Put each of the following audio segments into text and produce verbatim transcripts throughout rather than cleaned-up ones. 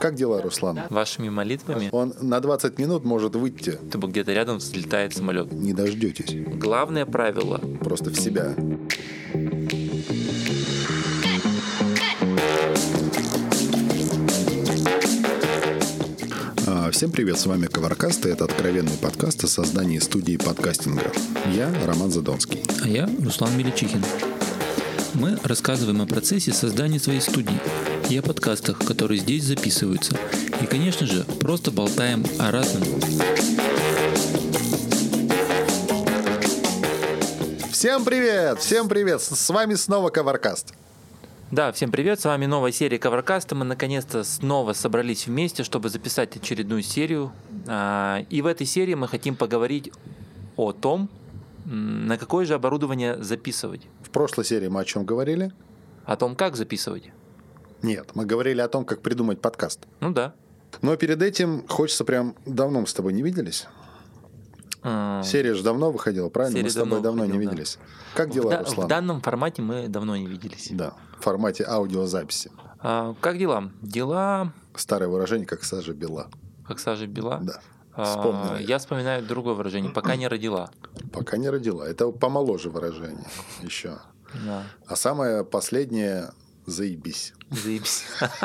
Как дела, Руслан? Вашими молитвами. Он на двадцать минут может выйти. Чтобы где-то рядом взлетает самолет. Не дождетесь. Главное правило. Просто в себя. Всем привет, с вами Коваркаст, и это откровенный подкаст о создании студии подкастинга. Я Роман Задонский. А я Руслан Меличихин. Мы рассказываем о процессе создания своей студии и о подкастах, которые здесь записываются. И, конечно же, просто болтаем о разном. Всем привет! Всем привет! С вами снова Коваркаст. Да, всем привет, с вами новая серия Коваркаста. Мы наконец-то снова собрались вместе, чтобы записать очередную серию. И в этой серии мы хотим поговорить о том, на какое же оборудование записывать. В прошлой серии мы о чем говорили? О том, как записывать. Нет, мы говорили о том, как придумать подкаст. Ну да. Но перед этим хочется прям... Давно мы с тобой не виделись. А... Серия же давно выходила, правильно? Мы с тобой давно, давно выходил, не виделись. Да. Как дела, в да, Руслан? В данном формате мы давно не виделись. Да, в формате аудиозаписи. А, как дела? Дела... Старое выражение, как сажа бела. Как сажа бела? Да. А, я вспоминаю другое выражение. Пока не родила. Пока не родила. Это помоложе выражение еще. Да. А самое последнее – заебись. Заебись.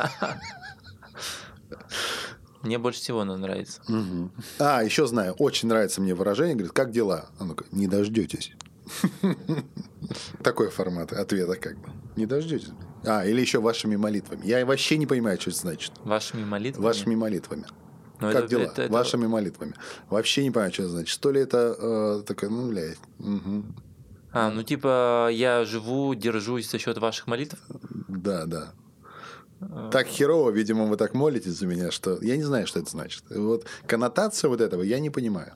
Мне больше всего оно нравится. Угу. А, еще знаю, очень нравится мне выражение, говорит, как дела? А ну-ка, не дождетесь. Такой формат ответа как бы. Не дождетесь. А, или еще вашими молитвами. Я вообще не понимаю, что это значит. Вашими молитвами? Вашими молитвами. Но как это, дела? Это, это... Вашими молитвами. Вообще не понимаю, что это значит. То ли это э, такое, ну, блядь. Угу. А, ну типа я живу, держусь за счет ваших молитв? Да, да. Так херово, видимо, вы так молитесь за меня, что я не знаю, что это значит. Вот коннотация вот этого я не понимаю.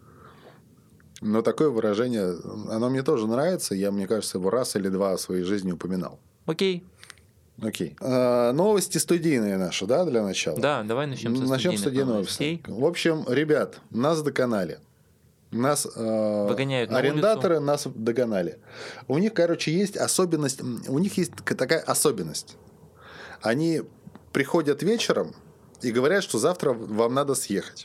Но такое выражение, оно мне тоже нравится. Я, мне кажется, его раз или два в своей жизни упоминал. Окей. Окей. А, новости студийные наши, да, для начала? Да, давай начнем со Начнем студийных новостей. В общем, ребят, нас доконали. Нас э, выгоняют на арендаторы улицу. Нас догнали. У них, короче, есть особенность. У них есть такая особенность. Они приходят вечером и говорят, что завтра вам надо съехать.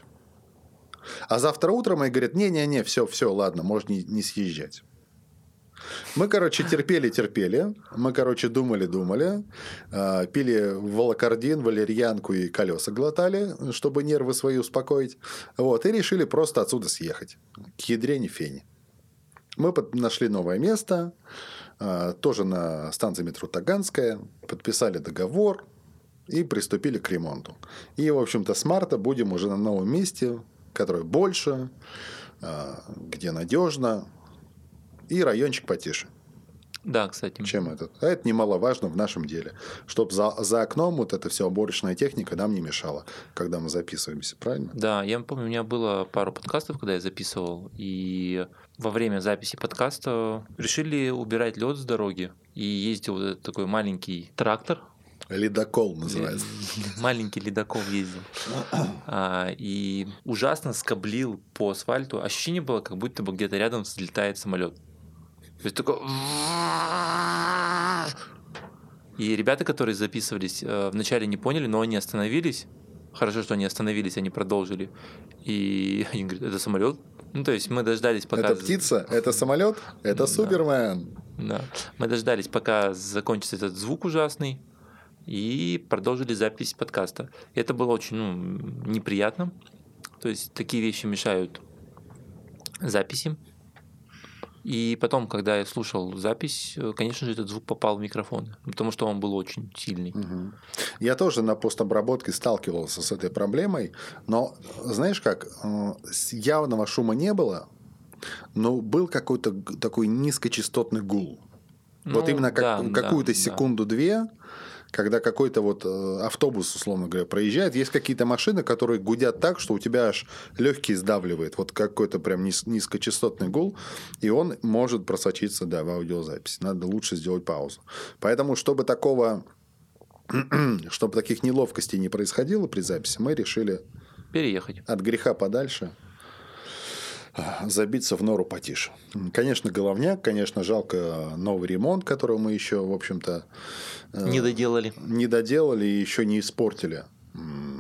А завтра утром они говорят, не-не-не, все, все, ладно, можно не, не съезжать. Мы, короче, терпели-терпели. Мы, короче, думали-думали. Э, пили волокордин, валерьянку и колеса глотали, чтобы нервы свои успокоить. Вот, и решили просто отсюда съехать. К ядрене фени. Мы нашли новое место. Тоже на станции метро Таганская, подписали договор и приступили к ремонту. И, в общем-то, с марта будем уже на новом месте, которое больше, где надежно, и райончик потише. Да, кстати. Чем этот? А это немаловажно в нашем деле. Чтобы за, за окном вот эта вся уборочная техника нам не мешала, когда мы записываемся, правильно? Да, я помню, у меня было пару подкастов, когда я записывал, и во время записи подкаста решили убирать лед с дороги. И ездил вот этот такой маленький трактор. Ледокол называется. Маленький ледокол ездил. а, и ужасно скоблил по асфальту. Ощущение было, как будто бы где-то рядом взлетает самолет. То есть такой... И ребята, которые записывались, вначале не поняли, но они остановились. Хорошо, что они остановились, они продолжили. И они говорят, это самолет? Ну, то есть мы дождались, пока... Это птица? Это самолет? Это да. Супермен? Да. Мы дождались, пока закончится этот звук ужасный, и продолжили запись подкаста. И это было очень ну, неприятно. То есть такие вещи мешают записи. И потом, когда я слушал запись, конечно же, этот звук попал в микрофон, потому что он был очень сильный. Угу. Я тоже на постобработке сталкивался с этой проблемой, но, знаешь как, явного шума не было, но был какой-то такой низкочастотный гул. Ну, вот именно как, да, какую-то да, секунду-две, да. Когда какой-то вот автобус, условно говоря, проезжает, есть какие-то машины, которые гудят так, что у тебя аж легкие сдавливает. Вот какой-то прям низ, низкочастотный гул, и он может просочиться, да, в аудиозапись. Надо лучше сделать паузу. Поэтому, чтобы такого, чтобы таких неловкостей не происходило при записи, мы решили переехать от греха подальше. Забиться в нору потише. Конечно, головняк, конечно, жалко новый ремонт, который мы еще, в общем-то, не доделали. Не доделали и еще не испортили.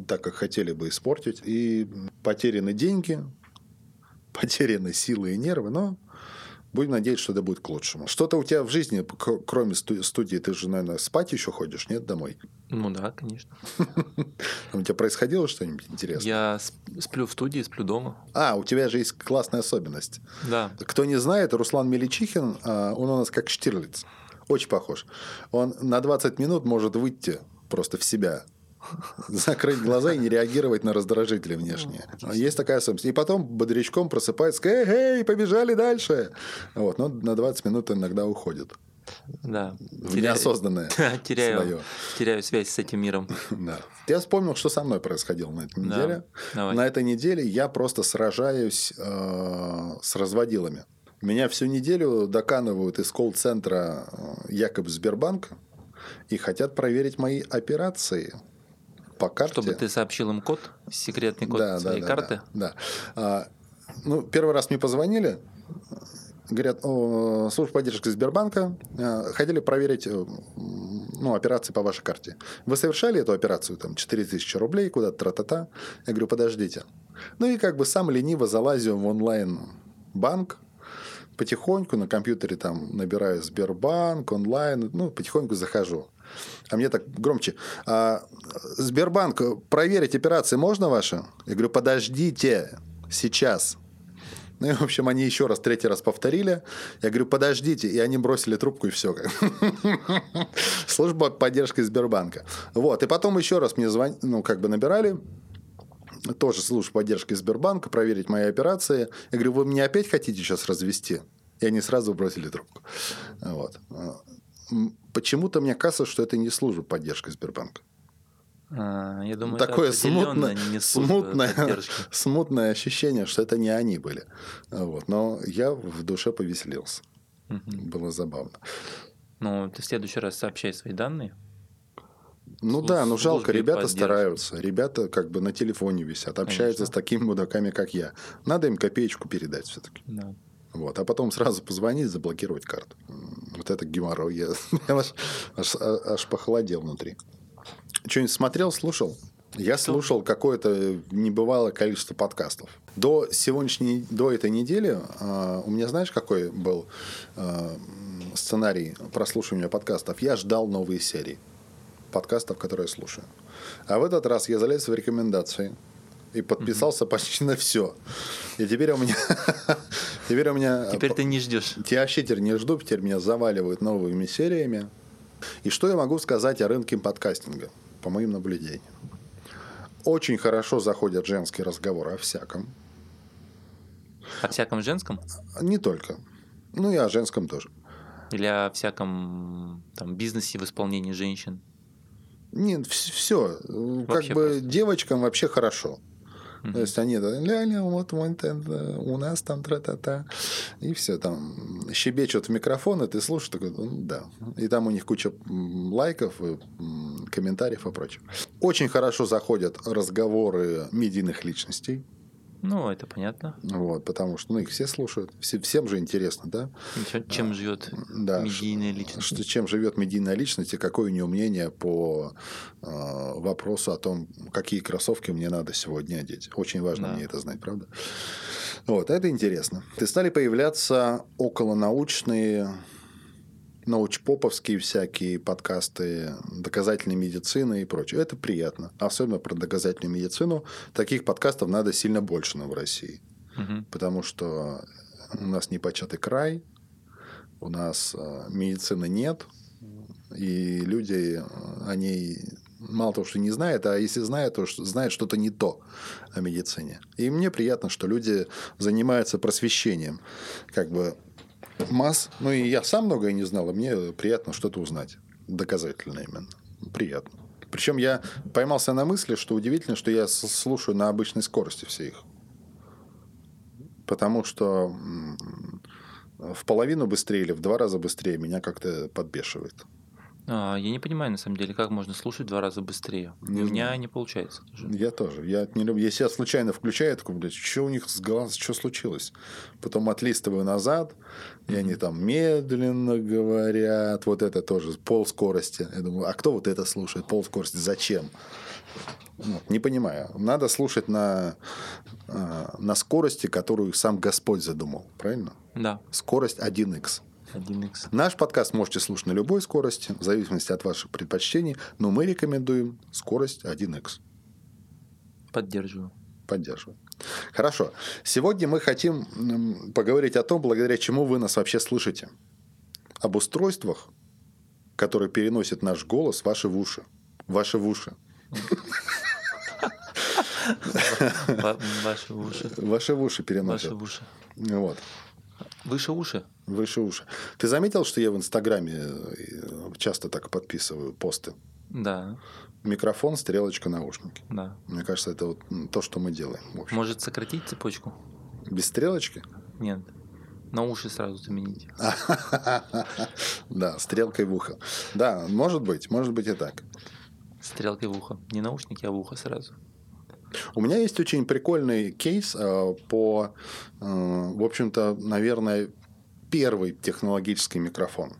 так, как хотели бы испортить. И потеряны деньги, потеряны силы и нервы, но будем надеяться, что это будет к лучшему. Что-то у тебя в жизни, кроме студии, ты же, наверное, спать еще ходишь, нет, домой? Ну да, конечно. У тебя происходило что-нибудь интересное? Я сплю в студии, сплю дома. А, у тебя же есть классная особенность. Да. Кто не знает, Руслан Меличихин, он у нас как Штирлиц. Очень похож. Он на двадцать минут может выйти просто в себя, закрыть глаза и не реагировать на раздражители внешние. Есть такая особенность. И потом бодрячком просыпается, эй, эй, побежали дальше. Вот. Но на двадцать минут иногда уходит. Да. В неосознанное теряю, свое. теряю связь с этим миром. Да. Я вспомнил, что со мной происходило на этой неделе. Да. На этой неделе я просто сражаюсь э, с разводилами. Меня всю неделю доканывают из колл-центра якобы Сбербанка и хотят проверить мои операции по карте. Чтобы ты сообщил им код, секретный код да, своей да, карты? Да. да. А, ну, первый раз мне позвонили, говорят, о, служба поддержки Сбербанка, хотели проверить ну, операции по вашей карте. Вы совершали эту операцию, там, четыре тысячи рублей, куда-то, тра-та-та. Я говорю, подождите. Ну, и как бы сам лениво залазю в онлайн-банк, потихоньку на компьютере там набираю Сбербанк, онлайн, ну, потихоньку захожу. А мне так громче. А, Сбербанк, проверить операции можно ваши? Я говорю, подождите, сейчас. Ну, и, в общем, они еще раз, третий раз повторили. Я говорю, подождите. И они бросили трубку, и все. Служба поддержки Сбербанка. Вот. И потом еще раз мне звон... ну, как бы набирали. Тоже служба поддержки Сбербанка, проверить мои операции. Я говорю, вы меня опять хотите сейчас развести? И они сразу бросили трубку. Вот. Почему-то мне кажется, что это не служба поддержки Сбербанка. А, я думаю, такое это смутное, не смутное, смутное ощущение, что это не они были. Вот. Но я в душе повеселился. Угу. Было забавно. Ну, ты в следующий раз сообщай свои данные. Ну Служ... да, ну жалко, ребята поддержки. стараются. Ребята как бы на телефоне висят, общаются Конечно. С такими мудаками, как я. Надо им копеечку передать все-таки. Да. Вот. А потом сразу позвонить, заблокировать карту. Вот это геморрой. Я, я аж, аж, аж похолодел внутри. Что-нибудь смотрел, слушал? Я Что? слушал какое-то небывалое количество подкастов. До сегодняшней, до этой недели э, у меня, знаешь, какой был э, сценарий прослушивания подкастов? Я ждал новые серии подкастов, которые я слушаю. А в этот раз я залез в рекомендации и подписался mm-hmm. почти на все. И теперь у меня... теперь у меня... Теперь ты не ждешь. Я вообще теперь не жду, теперь меня заваливают новыми сериями. И что я могу сказать о рынке подкастинга, по моим наблюдениям? Очень хорошо заходят женские разговоры о всяком. О всяком женском? Не только. Ну и о женском тоже. Или о всяком там, бизнесе в исполнении женщин? Нет, все. Как бы просто. Девочкам вообще хорошо. Uh-huh. То есть они ля-ля, вот, вот это, у нас там тра-та-та. И все там щебечут в микрофон, и ты слушаешь, такой, ну, да. И там у них куча лайков, и комментариев и прочего. Очень хорошо заходят разговоры медийных личностей. Ну, это понятно. Вот, потому что ну, их все слушают. Все, всем же интересно, да? Чем а, живет да, медийная личность? Что, чем живет медийная личность и какое у нее мнение по э, вопросу о том, какие кроссовки мне надо сегодня одеть. Очень важно да. мне это знать, правда? Вот, это интересно. И стали появляться околонаучные, научпоповские всякие подкасты доказательной медицины и прочее. Это приятно. Особенно про доказательную медицину. Таких подкастов надо сильно больше нам в России. Угу. Потому что у нас непочатый край, у нас медицины нет, и люди о ней мало того, что не знают, а если знают, то знают что-то не то о медицине. И мне приятно, что люди занимаются просвещением. Как бы масс. Ну, и я сам многое не знал, и мне приятно что-то узнать. Доказательно именно. Приятно. Причем я поймался на мысли, что удивительно, что я слушаю на обычной скорости все их. Потому что в половину быстрее или в два раза быстрее меня как-то подбешивает. А, я не понимаю, на самом деле, как можно слушать в два раза быстрее. Не у меня знаю. не получается. Даже. Я тоже. Я не люблю. Если я случайно включаю, я такой, блядь, что у них с глаз, что случилось? Потом отлистываю назад, и mm-hmm. они там медленно говорят. Вот это тоже пол скорости. Я думаю, а кто вот это слушает? Пол скорости зачем? Ну, не понимаю. Надо слушать на, на скорости, которую сам Господь задумал. Правильно? Да. Скорость один икс. один икс. Наш подкаст можете слушать на любой скорости, в зависимости от ваших предпочтений, но мы рекомендуем скорость один икс. Поддерживаю. Поддерживаю. Хорошо. Сегодня мы хотим поговорить о том, благодаря чему вы нас вообще слышите. Об устройствах, которые переносят наш голос в ваши уши. Ваши уши. Ваши уши. Ваши уши переносят. Ваши уши. Вот. Выше уши? Выше уши. Ты заметил, что я в Инстаграме часто так подписываю посты? Да. Микрофон, стрелочка, наушники. Да. Мне кажется, это вот то, что мы делаем. Может сократить цепочку? Без стрелочки? Нет. На уши сразу заменить. Да, стрелкой в ухо. Да, может быть, может быть и так. Стрелкой в ухо. Не наушники, а в ухо сразу. У меня есть очень прикольный кейс э, по, э, в общем-то, наверное, первый технологический микрофон.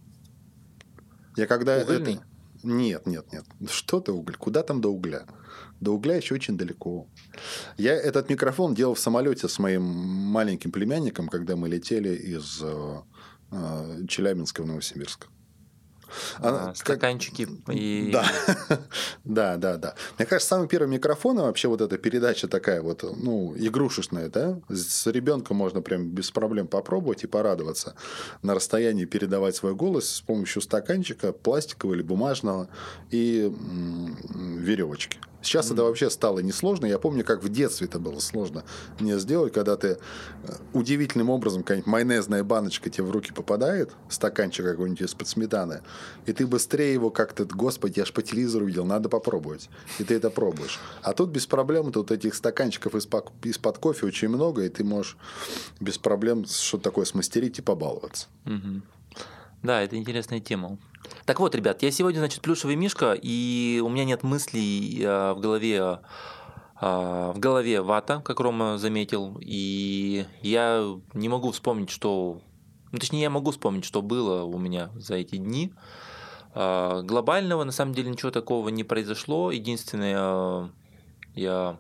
Я когда Угольный? это... Нет, нет, нет. Что ты уголь? Куда там до угля? До угля еще очень далеко. Я этот микрофон делал в самолете с моим маленьким племянником, когда мы летели из э, э, Челябинска в Новосибирск. А, стаканчики как... и... Да. да, да, да. Мне кажется, самый первый микрофон, и вообще вот эта передача такая вот, ну, игрушечная, да? С ребенком можно прям без проблем попробовать и порадоваться. На расстоянии передавать свой голос с помощью стаканчика, пластикового или бумажного, и м- веревочки. Сейчас mm. это вообще стало несложно. Я помню, как в детстве это было сложно мне сделать, когда ты удивительным образом какая-нибудь майонезная баночка тебе в руки попадает, стаканчик какой-нибудь из-под сметаны, и ты быстрее его как-то, господи, я ж по телевизору видел, надо попробовать. И ты это пробуешь. А тут без проблем, тут этих стаканчиков из-под, из-под кофе очень много, и ты можешь без проблем что-то такое смастерить и побаловаться. Mm-hmm. Да, это интересная тема. Так вот, ребят, я сегодня, значит, плюшевый мишка, и у меня нет мыслей э, в голове, э, в голове вата, как Рома заметил, и я не могу вспомнить, что... Ну, точнее, я могу вспомнить, что было у меня за эти дни. Э, глобального, на самом деле, ничего такого не произошло. Единственное, я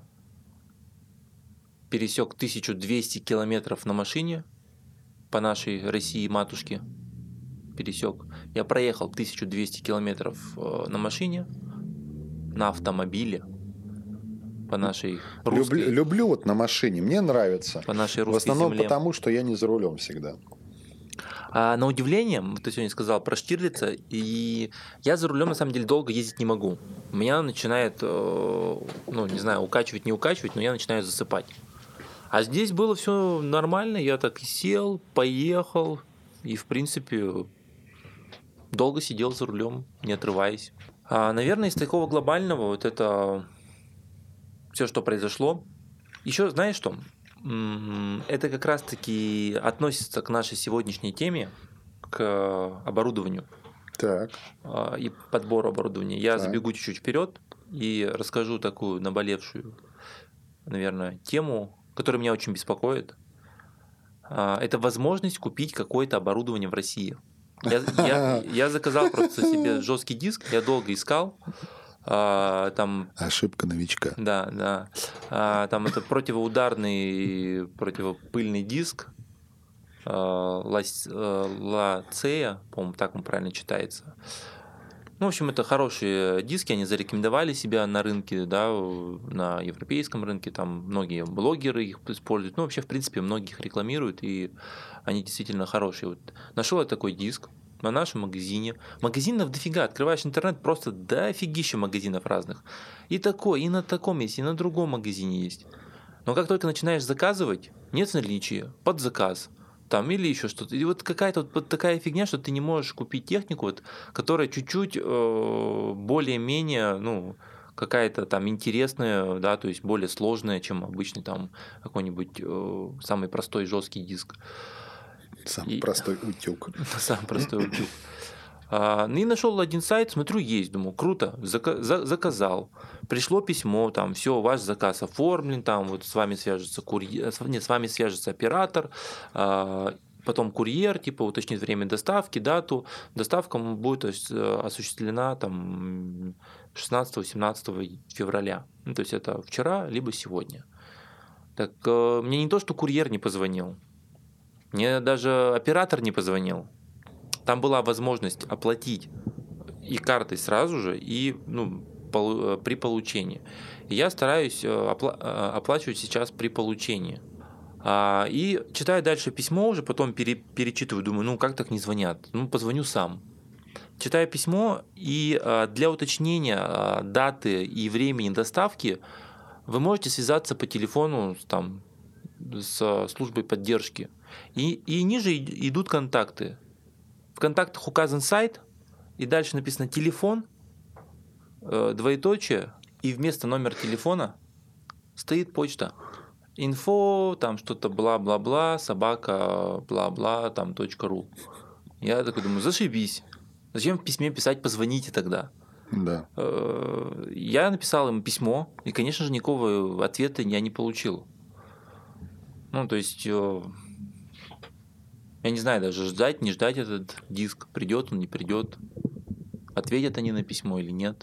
пересек тысячу двести километров на машине по нашей России-матушке. Пересек. Я проехал тысячу двести километров на машине, на автомобиле, по нашей русской... Люблю, люблю вот на машине, мне нравится. По нашей русской В основном земле. потому, что я не за рулем всегда. А на удивление, ты сегодня сказал про Штирлица, и я за рулем на самом деле долго ездить не могу. Меня начинает, ну, не знаю, укачивать, не укачивать, но я начинаю засыпать. А здесь было все нормально, я так сел, поехал, и в принципе... Долго сидел за рулем, не отрываясь. А, наверное, из такого глобального вот это все, что произошло. Еще знаешь что? Это как раз-таки относится к нашей сегодняшней теме, к оборудованию. Так. И подбору оборудования. Я так. забегу чуть-чуть вперед и расскажу такую наболевшую, наверное, тему, которая меня очень беспокоит. Это возможность купить какое-то оборудование в России. Я, я, я заказал просто себе жесткий диск, я долго искал. А, там, Ошибка новичка. Да, да. А, там это противоударный, противопыльный диск. А, Лацея, по-моему, так он правильно читается. Ну, в общем, это хорошие диски, они зарекомендовали себя на рынке, да, на европейском рынке, там многие блогеры их используют, ну, вообще, в принципе, многие их рекламируют, и они действительно хорошие. Вот нашел я такой диск на нашем магазине. Магазинов дофига, открываешь интернет, просто дофигища магазинов разных. И такой, и на таком есть, и на другом магазине есть. Но как только начинаешь заказывать, нет наличия, под заказ. Там или еще что-то. И вот какая-то вот такая фигня, что ты не можешь купить технику, вот, которая чуть-чуть э, более-менее, ну, какая-то там интересная, да, то есть более сложная, чем обычный там какой-нибудь э, самый простой жесткий диск. Самый И... простой утюг. Самый простой утюг. А, и нашел один сайт, смотрю, есть, думаю, круто, зака- за- заказал. Пришло письмо, там, все, ваш заказ оформлен, там, вот с вами свяжется курьер, с- нет, с вами свяжется оператор, а, потом курьер, типа, уточнит время доставки, дату. Доставка будет ос- осуществлена там шестнадцатого-семнадцатого февраля. Ну, то есть это вчера, либо сегодня. Так э, мне не то, что курьер не позвонил, мне даже оператор не позвонил. Там была возможность оплатить и картой сразу же, и ну, полу- при получении. И я стараюсь э, опла- э, оплачивать сейчас при получении. А, И читаю дальше письмо уже, потом пере- перечитываю, думаю, ну как так не звонят? Ну, позвоню сам. Читаю письмо, и э, для уточнения э, даты и времени доставки вы можете связаться по телефону с, там, с службой поддержки. И, и ниже и- идут контакты. В контактах указан сайт, и дальше написано телефон, э, двоеточие, и вместо номера телефона стоит почта. Инфо, там что-то бла-бла-бла, собака, бла-бла, там точка ру. Я такой думаю, зашибись. Зачем в письме писать «позвоните» тогда? Да. Э, Я написал им письмо, и, конечно же, никакого ответа я не получил. Ну, то есть, э, я не знаю даже, ждать, не ждать этот диск, придет он, не придет, ответят они на письмо или нет.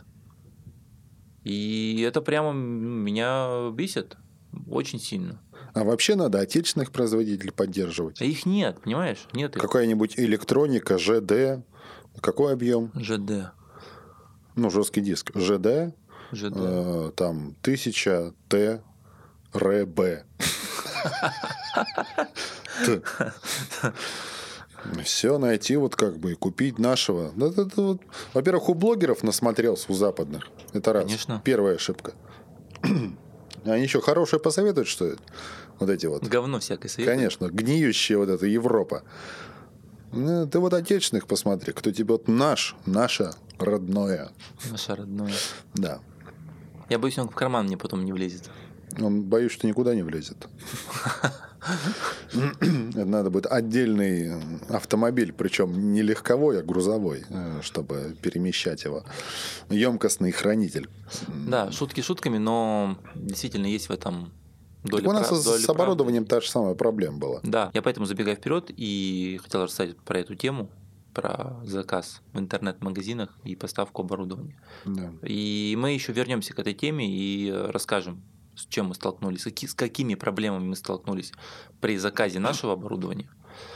И это прямо меня бесит очень сильно. А вообще надо отечественных производителей поддерживать. А их нет, понимаешь? Нет их. Какая-нибудь электроника, ЖД. Какой объем? ЖД. Ну, жесткий диск. ЖД. ЖД. э, там тысяча Т Р Б. Все найти вот как бы и купить нашего. Да, да, да, вот. Во-первых, у блогеров насмотрелся, у западных. Это раз. Конечно. Первая ошибка. Они еще хорошие посоветуют, что это. Вот эти вот. Говно всякое советует. Конечно, гниющая вот эта Европа. Ну, ты вот отечественных посмотри, кто тебе вот наш, наше родное. Наше родное. Да. Я боюсь, он в карман мне потом не влезет. Он, боюсь, что никуда не влезет. Это надо будет отдельный автомобиль, причем не легковой, а грузовой, чтобы перемещать его. Емкостный хранитель. Да, шутки шутками, но действительно есть в этом доля Так у нас прав- с, доля с оборудованием правды. та же самая проблема была. Да, я поэтому забегаю вперед и хотел рассказать про эту тему, про заказ в интернет-магазинах и поставку оборудования. Да. И мы еще вернемся к этой теме и расскажем, с чем мы столкнулись, с каки- с какими проблемами мы столкнулись при заказе нашего оборудования.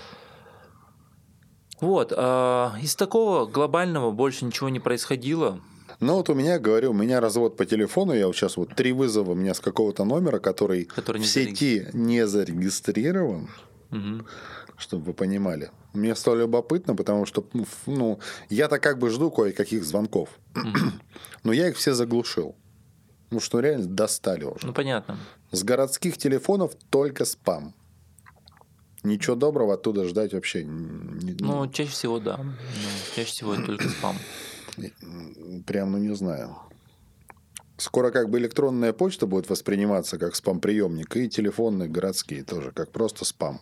Вот, а, из такого глобального больше ничего не происходило. Ну вот у меня, говорю, у меня развод по телефону, я вот сейчас вот три вызова у меня с какого-то номера, который, Который не в сети не зарегистрирован, Мгм. чтобы вы понимали. Мне стало любопытно, потому что ну, я-то как бы жду кое-каких звонков, но я их все заглушил. Ну что реально достали уже. Ну, понятно. С городских телефонов только спам. Ничего доброго оттуда ждать вообще. не- Ну, чаще всего, да. Ну, чаще всего это только спам. Прям, ну не знаю. Скоро как бы электронная почта будет восприниматься как спам-приемник, и телефонные городские тоже, как просто спам.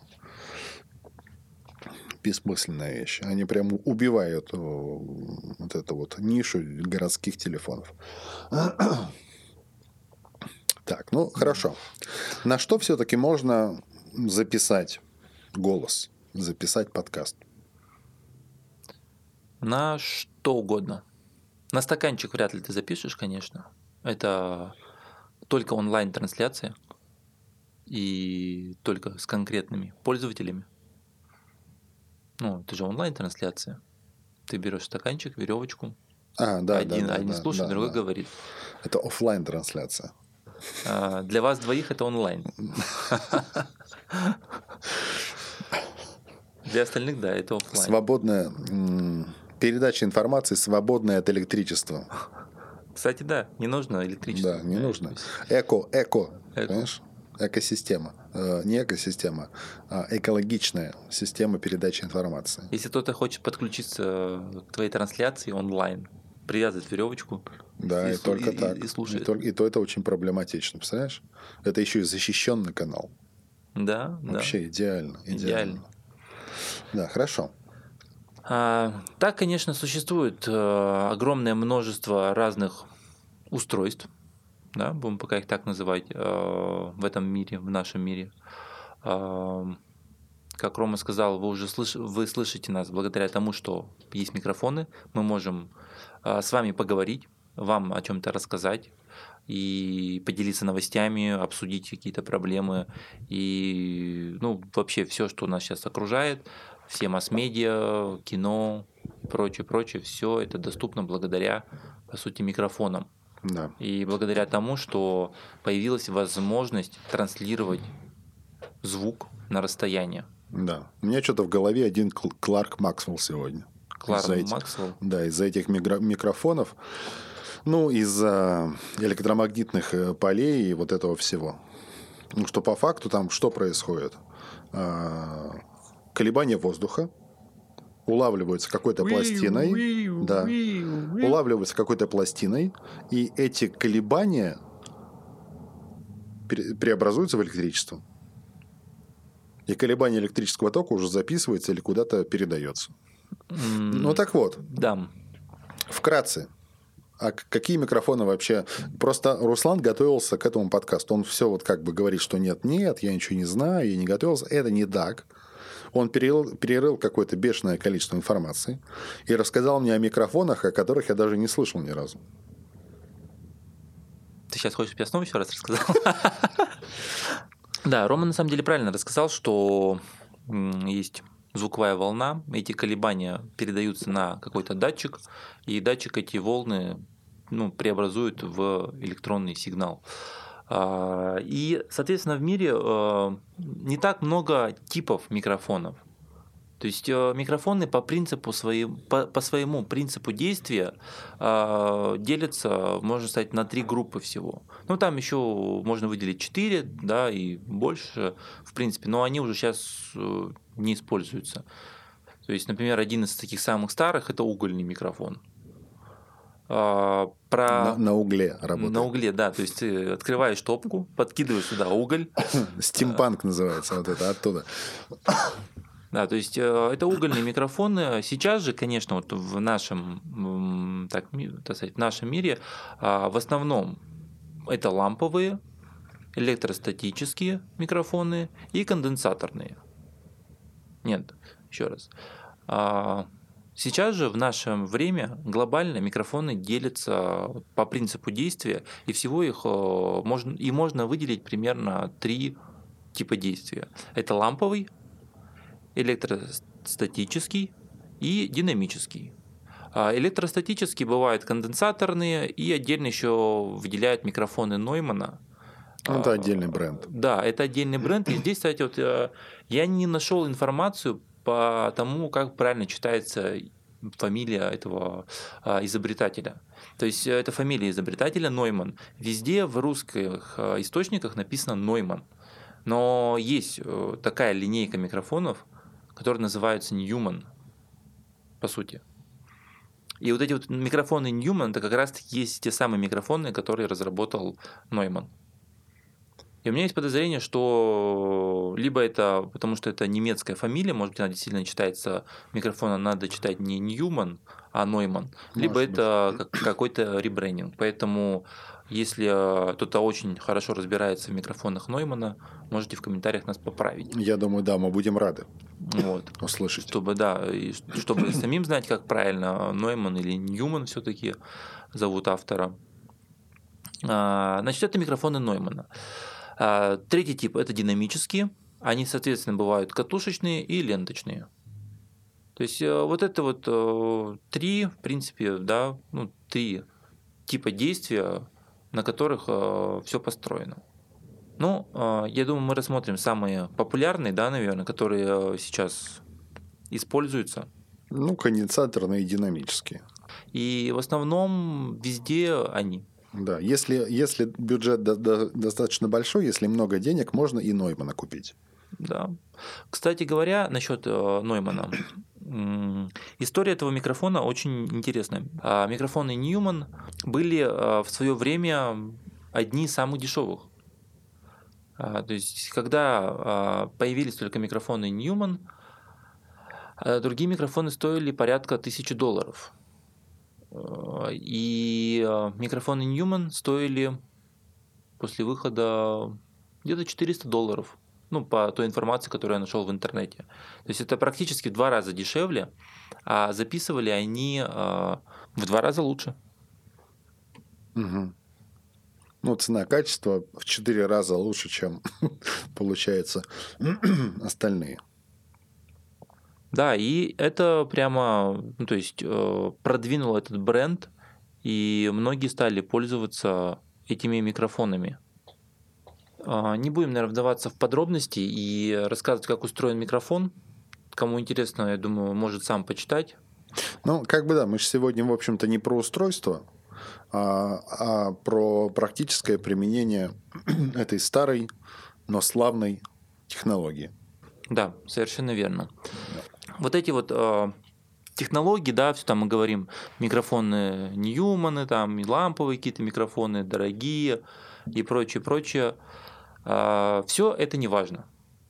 Бессмысленная вещь. Они прям убивают о, вот эту вот нишу городских телефонов. Так, ну хорошо. На что все-таки можно записать голос, записать подкаст? На что угодно. На стаканчик вряд ли ты запишешь, конечно. Это только онлайн-трансляция и только с конкретными пользователями. Ну, это же онлайн-трансляция. Ты берешь стаканчик, веревочку. А, да, один да, да, один да, слушает, да, другой да. говорит. Это оффлайн трансляция. А, Для вас двоих это онлайн. Для остальных, да, это офлайн. Свободная м, передача информации, свободная от электричества. Кстати, да, не нужно электричество. Да, не Э, нужно. то есть Эко, эко, Эко. понимаешь? Экосистема. Э, Не экосистема, а экологичная система передачи информации. Если кто-то хочет подключиться к твоей трансляции онлайн, привязывает веревочку. Да, и, слу- только и- так. и слушает. И, только- и то это очень проблематично, представляешь? Это еще и защищенный канал. Да, Вообще идеально, идеально. Идеально. Да, хорошо. А, так, конечно, существует а, огромное множество разных устройств, да, будем пока их так называть, а, в этом мире, в нашем мире. А, как Рома сказал, вы уже слыш... вы слышите нас благодаря тому, что есть микрофоны, мы можем а, с вами поговорить, вам о чем-то рассказать и поделиться новостями, обсудить какие-то проблемы и, ну, вообще все, что нас сейчас окружает, все масс-медиа, кино и прочее, прочее, все это доступно благодаря, по сути, микрофонам. Да. И благодаря тому, что появилась возможность транслировать звук на расстояние. Да. У меня что-то в голове один Кл- Кларк Максвелл сегодня. Кларк Из-за этих- Максвелл. Да, из-за этих мигра- микрофонов, ну, из-за электромагнитных э, полей и вот этого всего. Ну, что по факту там что происходит? А, колебания воздуха улавливаются какой-то пластиной. Да. Улавливаются какой-то пластиной, и эти колебания пере- преобразуются в электричество. И колебание электрического тока уже записывается или куда-то передается. М, Ну так вот, Да. вкратце. А к- какие микрофоны вообще? Просто Руслан готовился к этому подкасту. Он все вот как бы говорит, что нет, нет, я ничего не знаю, я не готовился. Это не так. Он перерыл, перерыл какое-то бешеное количество информации и рассказал мне о микрофонах, о которых я даже не слышал ни разу. Ты сейчас хочешь, чтобы я снова еще раз рассказал? Да, Рома на самом деле правильно рассказал, что м, есть звуковая волна, эти колебания передаются на какой-то датчик, и датчик эти волны, ну, преобразует в электронный сигнал. А, И, соответственно, в мире э, не так много типов микрофонов. То есть э, микрофоны по принципу своим, по, по своему принципу действия э, делятся, можно сказать, на три группы всего. Ну там еще можно выделить четыре, да, и больше, в принципе, но они уже сейчас э, не используются. То есть, например, один из таких самых старых это угольный микрофон. А, про... На, на угле работает. На угле, да. То есть ты открываешь топку, подкидываешь сюда уголь. Стимпанк называется вот это оттуда. Да, то есть э, это угольные микрофоны. Сейчас же, конечно, вот в нашем, м, так, ми- так сказать, в нашем мире а, в основном это ламповые, электростатические микрофоны и конденсаторные. Нет, еще раз. А, Сейчас же в наше время глобально микрофоны делятся по принципу действия, и всего их э, можно, и можно выделить примерно три типа действия. Это ламповый, электростатический и динамический. А электростатические бывают конденсаторные, и отдельно еще выделяют микрофоны Ноймана. Ну, это отдельный бренд. Да, это отдельный бренд. И здесь, кстати, вот э, я не нашел информацию по тому, как правильно читается фамилия этого а, изобретателя. То есть э, это фамилия изобретателя Нойман. Везде в русских э, источниках написано Нойман. Но есть э, такая линейка микрофонов, которые называются Ньюман, по сути. И вот эти вот микрофоны Ньюман, это как раз таки есть те самые микрофоны, которые разработал Нойман. И у меня есть подозрение, что либо это потому, что это немецкая фамилия, может быть, она действительно читается, микрофона надо читать не Ньюман, а Нойман, либо Может это как- какой-то ребрендинг. Поэтому, если кто-то очень хорошо разбирается в микрофонах Ноймана, можете в комментариях нас поправить. Я думаю, да, мы будем рады Вот. услышать. Чтобы, да, и чтобы самим знать, как правильно Нойман или Ньюман все-таки зовут автора. А, Значит, это микрофоны Ноймана. А, Третий тип – это динамические. Они, соответственно, бывают катушечные и ленточные. То есть э, вот это вот э, три, в принципе, да, ну, три типа действия, на которых все построено. Ну, э, я думаю, мы рассмотрим самые популярные, да, наверное, которые э, сейчас используются. Ну, конденсаторные и динамические. И в основном везде они. Да, если, если бюджет до- до- достаточно большой, если много денег, можно и Ноймана купить. Да. Кстати говоря, насчет э, Ноймана. М, История этого микрофона очень интересная. А, Микрофоны Ньюман были э, в свое время одни из самых дешевых. А, То есть, когда а, появились только микрофоны Ньюман, А другие микрофоны стоили порядка тысячи долларов. И микрофоны Newman стоили после выхода где-то четыреста долларов. Ну, по той информации, которую я нашел в интернете. То есть это практически в два раза дешевле, а записывали они в два раза лучше. Угу. Ну, цена-качество в четыре раза лучше, чем получается остальные. Да, и это прямо, ну, то есть продвинуло этот бренд, и многие стали пользоваться этими микрофонами. Не будем, наверное, вдаваться в подробности и рассказывать, как устроен микрофон. Кому интересно, я думаю, может сам почитать. Ну, как бы да, мы же сегодня, в общем-то, не про устройство, а, а про практическое применение этой старой, но славной технологии. Да, совершенно верно. Вот эти вот э, технологии, да, все там мы говорим, микрофоны Ньюманы, там и ламповые какие-то микрофоны, дорогие и прочее, прочее. Э, все это не важно.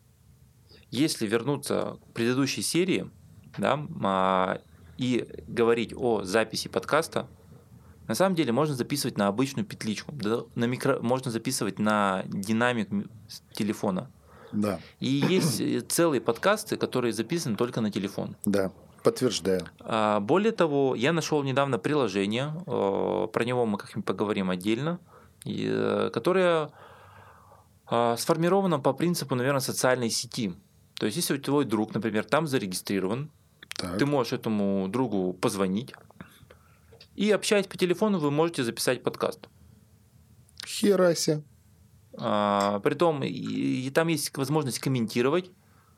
Если вернуться к предыдущей серии, да, э, и говорить о записи подкаста, на самом деле можно записывать на обычную петличку, да, на микро... можно записывать на динамик телефона. Да. И есть целые подкасты, которые записаны только на телефон. Да, подтверждаю. Более того, я нашел недавно приложение, про него мы как-нибудь поговорим отдельно, которое сформировано по принципу, наверное, социальной сети. То есть, если твой друг, например, там зарегистрирован, так. Ты можешь этому другу позвонить, и общаясь по телефону, вы можете записать подкаст. Хераси. А, притом, и, и там есть возможность комментировать,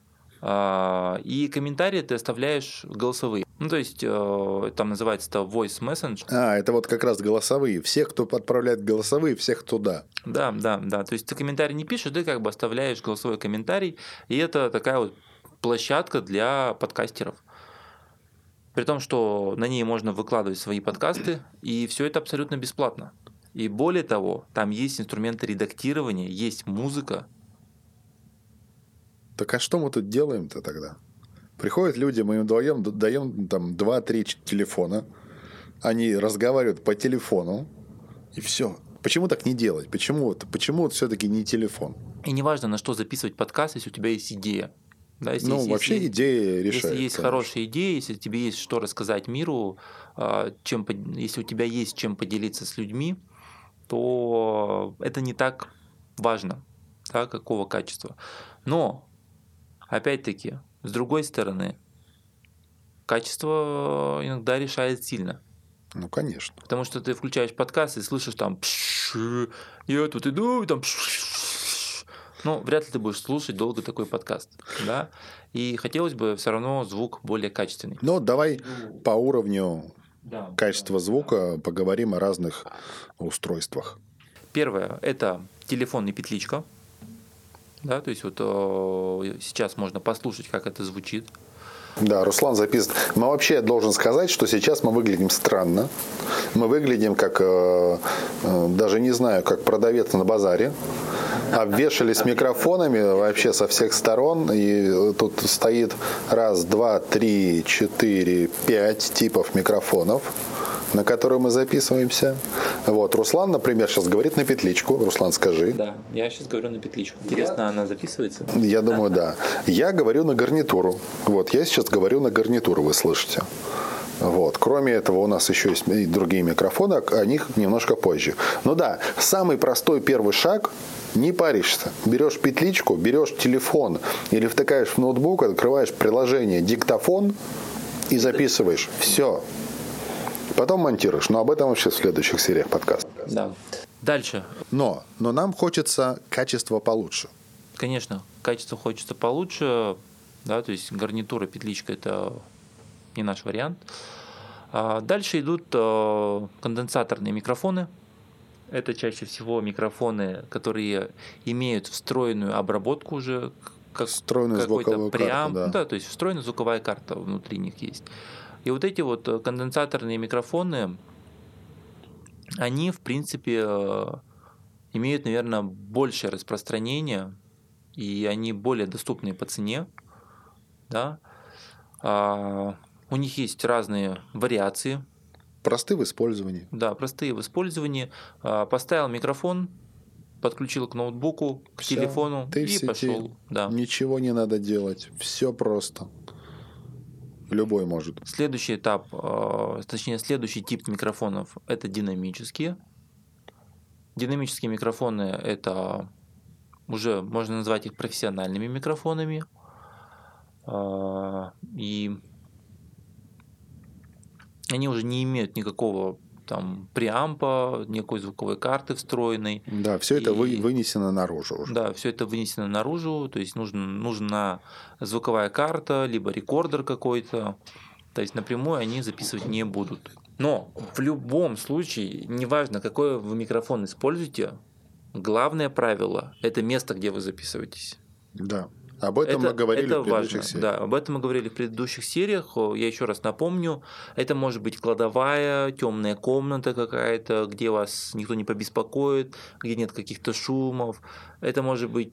а, и комментарии ты оставляешь голосовые. Ну, то есть, э, там называется это voice message. А, это вот как раз голосовые. Всех, кто отправляет голосовые, всех туда. Да, да, да. То есть, ты комментарий не пишешь, ты как бы оставляешь голосовой комментарий, и это такая вот площадка для подкастеров. При том, что на ней можно выкладывать свои подкасты, и все это абсолютно бесплатно. И более того, там есть инструменты редактирования, есть музыка. Так а что мы тут делаем-то тогда? Приходят люди, мы им даем, даем там два-три телефона, они разговаривают по телефону, и все. Почему так не делать? Почему, почему вот все-таки не телефон? И неважно, на что записывать подкаст, если у тебя есть идея. Да, если, ну, если, вообще если, идея решает. Если есть конечно. хорошая идея, если тебе есть что рассказать миру, чем, если у тебя есть чем поделиться с людьми, то это не так важно, да, какого качества. Но, опять-таки, с другой стороны, качество иногда решает сильно. Ну, конечно. Потому что ты включаешь подкаст и слышишь там я тут иду, и там ну, вряд ли ты будешь слушать долго такой подкаст, да, и хотелось бы все равно звук более качественный. Ну, давай по уровню да, качества да, звука да. поговорим о разных устройствах. Первое – это телефон и петличка, да, то есть вот э, сейчас можно послушать, как это звучит. Да, Руслан записывает. Мы вообще, я должен сказать, что сейчас мы выглядим странно. Мы выглядим как, э, э, даже не знаю, как продавец на базаре. Обвешались микрофонами вообще со всех сторон. И тут стоит раз, два, три, четыре, пять типов микрофонов, на которые мы записываемся. Вот. Руслан, например, сейчас говорит на петличку. Руслан, скажи. Да, я сейчас говорю на петличку. Интересно, она записывается? Я думаю, да. Я говорю на гарнитуру. Вот, я сейчас говорю на гарнитуру, вы слышите. Вот. Кроме этого, у нас еще есть и другие микрофоны, о них немножко позже. Ну да, самый простой первый шаг – не паришься. Берешь петличку, берешь телефон или втыкаешь в ноутбук, открываешь приложение «Диктофон» и записываешь. Все. Потом монтируешь. Но об этом вообще в следующих сериях подкаста. Да. Дальше. Но, но нам хочется качество получше. Конечно, качество хочется получше. Да, то есть гарнитура, петличка – это не наш вариант. А дальше идут конденсаторные микрофоны. Это чаще всего микрофоны, которые имеют встроенную обработку уже. Как, встроенную звуковую преам... карту, да. да, то есть встроенная звуковая карта внутри них есть. И вот эти вот конденсаторные микрофоны, они, в принципе, имеют, наверное, большее распространение, и они более доступные по цене, да. У них есть разные вариации. Простые в использовании. Да, простые в использовании. Поставил микрофон, подключил к ноутбуку, к Всё, телефону ты в и сети. пошел. Да. Ничего не надо делать. Все просто. Любой может. Следующий этап, точнее, следующий тип микрофонов – это динамические. Динамические микрофоны – это уже можно назвать их профессиональными микрофонами. И они уже не имеют никакого там преампа, никакой звуковой карты встроенной. Да, все это вы, вынесено наружу уже. Да, все это вынесено наружу, то есть нужна, нужна звуковая карта, либо рекордер какой-то. То есть напрямую они записывать не будут. Но в любом случае, неважно, какой вы микрофон используете, главное правило – это место, где вы записываетесь. Да. Об этом это, мы говорили это в предыдущих важно. сериях. Да, об этом мы говорили в предыдущих сериях. Я еще раз напомню, это может быть кладовая, темная комната какая-то, где вас никто не побеспокоит, где нет каких-то шумов. Это может быть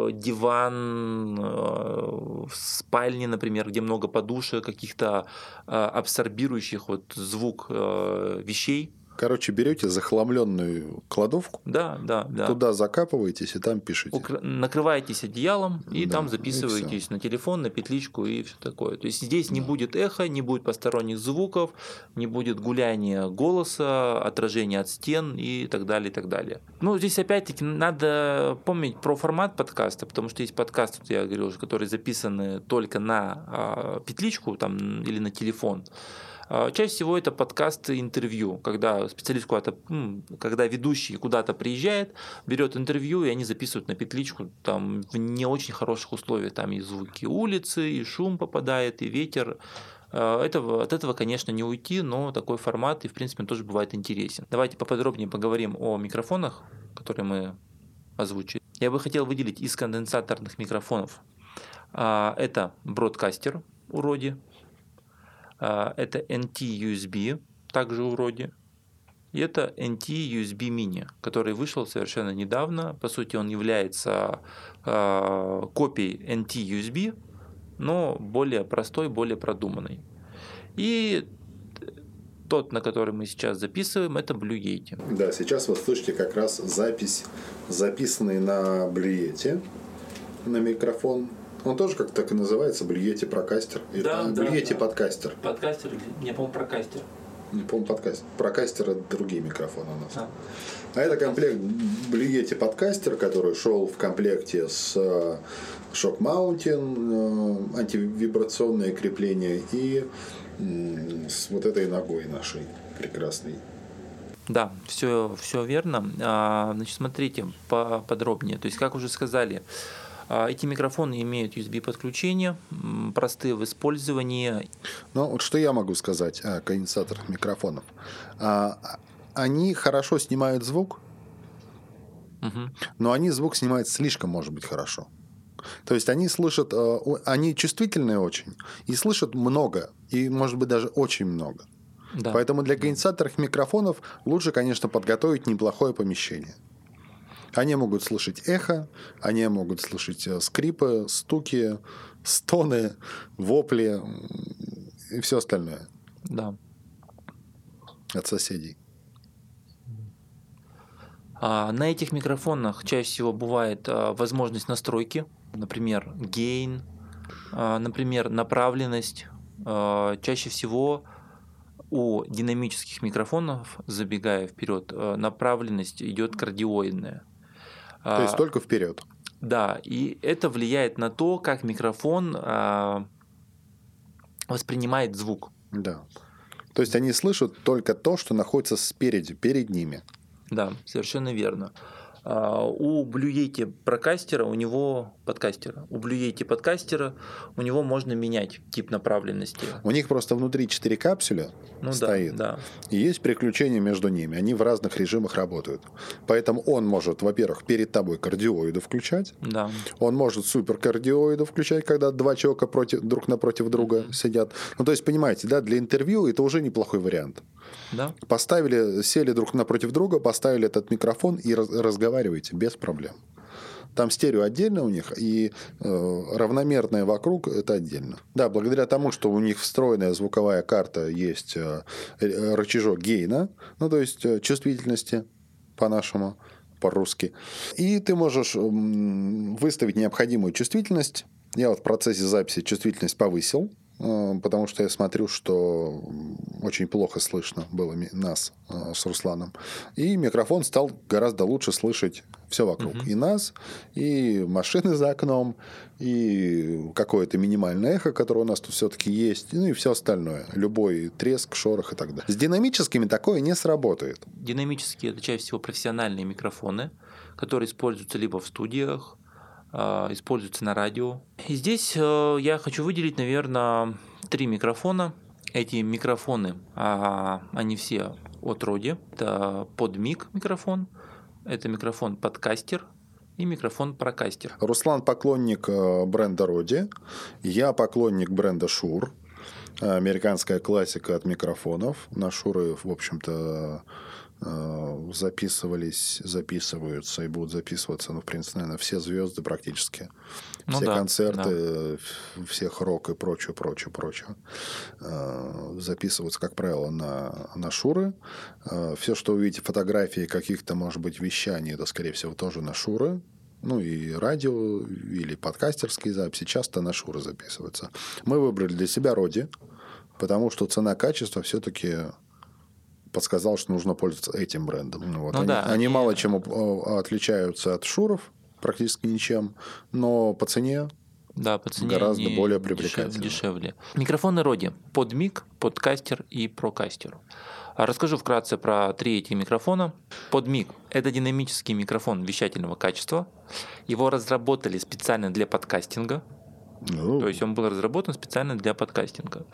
диван в спальне, например, где много подушек, каких-то абсорбирующих вот звук вещей. Короче, берете захламленную кладовку, да, да, да. туда закапываетесь и там пишете. Укр... Накрываетесь одеялом и да, там записываетесь на телефон, на петличку и все такое. То есть здесь да. не будет эха, не будет посторонних звуков, не будет гуляния голоса, отражения от стен и так далее, и так далее. Ну, здесь опять-таки надо помнить про формат подкаста, потому что есть подкасты, вот я говорил уже, которые записаны только на а, петличку там, или на телефон. Чаще всего это подкасты интервью, когда специалист куда-то, когда ведущий куда-то приезжает, берет интервью, и они записывают на петличку там в не очень хороших условиях, там и звуки улицы, и шум попадает, и ветер. Этого, от этого, конечно, не уйти, но такой формат и, в принципе, он тоже бывает интересен. Давайте поподробнее поговорим о микрофонах, которые мы озвучили. Я бы хотел выделить из конденсаторных микрофонов. Это бродкастер у Rode. Это эн ти ю эс би, также у Rode. И это эн ти ю эс би Mini, который вышел совершенно недавно. По сути, он является копией эн ти ю эс би, но более простой, более продуманный. И тот, на который мы сейчас записываем, это Blue Yeti. Да, сейчас вы слышите как раз запись, записанный на Blue Yeti, на микрофон. Он тоже как-то так и называется, Blue Yeti Прокастер. Да, Blue да, Yeti да. Подкастер. Подкастер, не помню, Прокастер. Не помню, подкастер. Прокастер — это другие микрофоны у нас. А, а это комплект Blue Yeti Подкастер, который шел в комплекте с Shock Mountain, антивибрационное крепление и с вот этой ногой нашей прекрасной. Да, все, все верно. Значит, смотрите поподробнее. То есть, как уже сказали, эти микрофоны имеют ю эс би-подключение, простые в использовании. Ну, вот что я могу сказать о конденсаторных микрофонах. Они хорошо снимают звук, угу. но они звук снимают слишком, может быть, хорошо. То есть они слышат, они чувствительные очень, и слышат много, и, может быть, даже очень много. Да. Поэтому для конденсаторных микрофонов лучше, конечно, подготовить неплохое помещение. Они могут слышать эхо, они могут слышать скрипы, стуки, стоны, вопли и все остальное. Да. От соседей. А на этих микрофонах чаще всего бывает возможность настройки, например, гейн, например, направленность. Чаще всего у динамических микрофонов, забегая вперед, направленность идет кардиоидная. То есть только вперед. Да, и это влияет на то, как микрофон а, воспринимает звук. Да. То есть они слышат только то, что находится спереди, перед ними. Да, совершенно верно. А, у Blue Yeti прокастера, у него подкастера, у Blue Yeti подкастера у него можно менять тип направленности. У них просто внутри четыре капсуля ну, стоит, да, да. и есть переключение между ними. Они в разных режимах работают. Поэтому он может, во-первых, перед тобой кардиоиду включать. Да. Он может суперкардиоиду включать, когда два человека против, друг напротив друга mm-hmm. сидят. Ну, то есть, понимаете, да, для интервью это уже неплохой вариант. Да. Поставили, сели друг напротив друга, поставили этот микрофон и раз, разговариваете без проблем. Там стерео отдельно у них, и э, равномерное вокруг это отдельно. Да, благодаря тому, что у них встроенная звуковая карта, есть э, рычажок гейна, ну, то есть э, чувствительности по-нашему, по-русски. И ты можешь м, выставить необходимую чувствительность. Я вот в процессе записи чувствительность повысил, э, потому что я смотрю, что очень плохо слышно было нас э, с Русланом. И микрофон стал гораздо лучше слышать все вокруг. Uh-huh. И нас, и машины за окном, и какое-то минимальное эхо, которое у нас тут все-таки есть, ну и все остальное. Любой треск, шорох и так далее. С динамическими такое не сработает. Динамические – это чаще всего профессиональные микрофоны, которые используются либо в студиях, используются на радио. И здесь я хочу выделить, наверное, три микрофона. Эти микрофоны, они все от Rode. Это PodMic микрофон, это микрофон подкастер и микрофон прокастер. Руслан поклонник бренда Rode, я поклонник бренда Shure. Американская классика от микрофонов. На Шуры, в общем-то, записывались, записываются и будут записываться, ну, в принципе, наверное, все звезды практически. Ну, все да, концерты, да. Всех рок и прочее, прочее, прочее. Записываются, как правило, на, на Шуры. Все, что вы видите, фотографии каких-то, может быть, вещаний, это, скорее всего, тоже на Шуры. Ну, и радио, или подкастерские записи часто на Шуры записываются. Мы выбрали для себя Rode, потому что цена-качество все-таки подсказал, что нужно пользоваться этим брендом. Вот. Ну, они, да, они и... мало чем отличаются от Шуров, практически ничем, но по цене, да, по цене гораздо более привлекательно. Дешевле. Микрофоны Rode: PodMic, подкастер и прокастер. Расскажу вкратце про три эти микрофона. PodMic – это динамический микрофон вещательного качества. Его разработали специально для подкастинга. Ну. То есть он был разработан специально для подкастинга.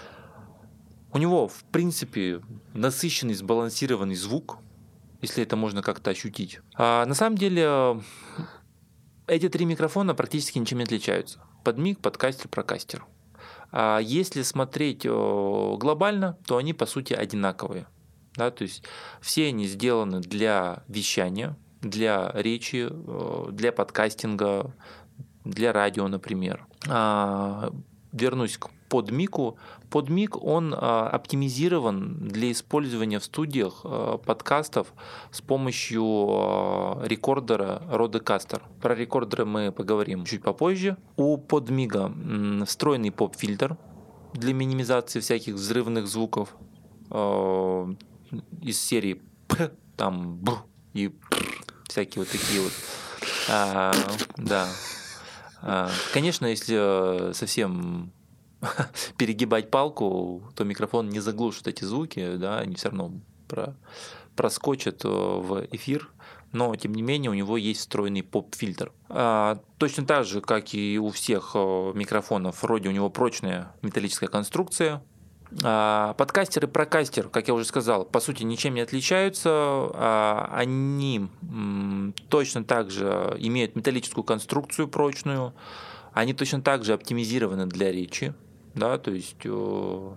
У него, в принципе, насыщенный, сбалансированный звук, если это можно как-то ощутить. А на самом деле эти три микрофона практически ничем не отличаются. PodMic, подкастер, прокастер. А если смотреть глобально, то они по сути одинаковые. Да, то есть все они сделаны для вещания, для речи, для подкастинга, для радио, например. А, вернусь к PodMic. PodMic, он а, оптимизирован для использования в студиях а, подкастов с помощью а, рекордера Rodecaster. Про рекордеры мы поговорим чуть попозже. У PodMic м, встроенный поп-фильтр для минимизации всяких взрывных звуков а, из серии П, там Б и П, всякие вот такие вот. А, да. А, конечно, если совсем перегибать палку, то микрофон не заглушит эти звуки, да, они все равно про, проскочат в эфир, но тем не менее у него есть встроенный поп-фильтр. А, точно так же, как и у всех микрофонов Rode, у него прочная металлическая конструкция. А, подкастер и прокастер, как я уже сказал, по сути ничем не отличаются. А, они м, точно так же имеют металлическую конструкцию прочную, они точно так же оптимизированы для речи. Да, то есть, э,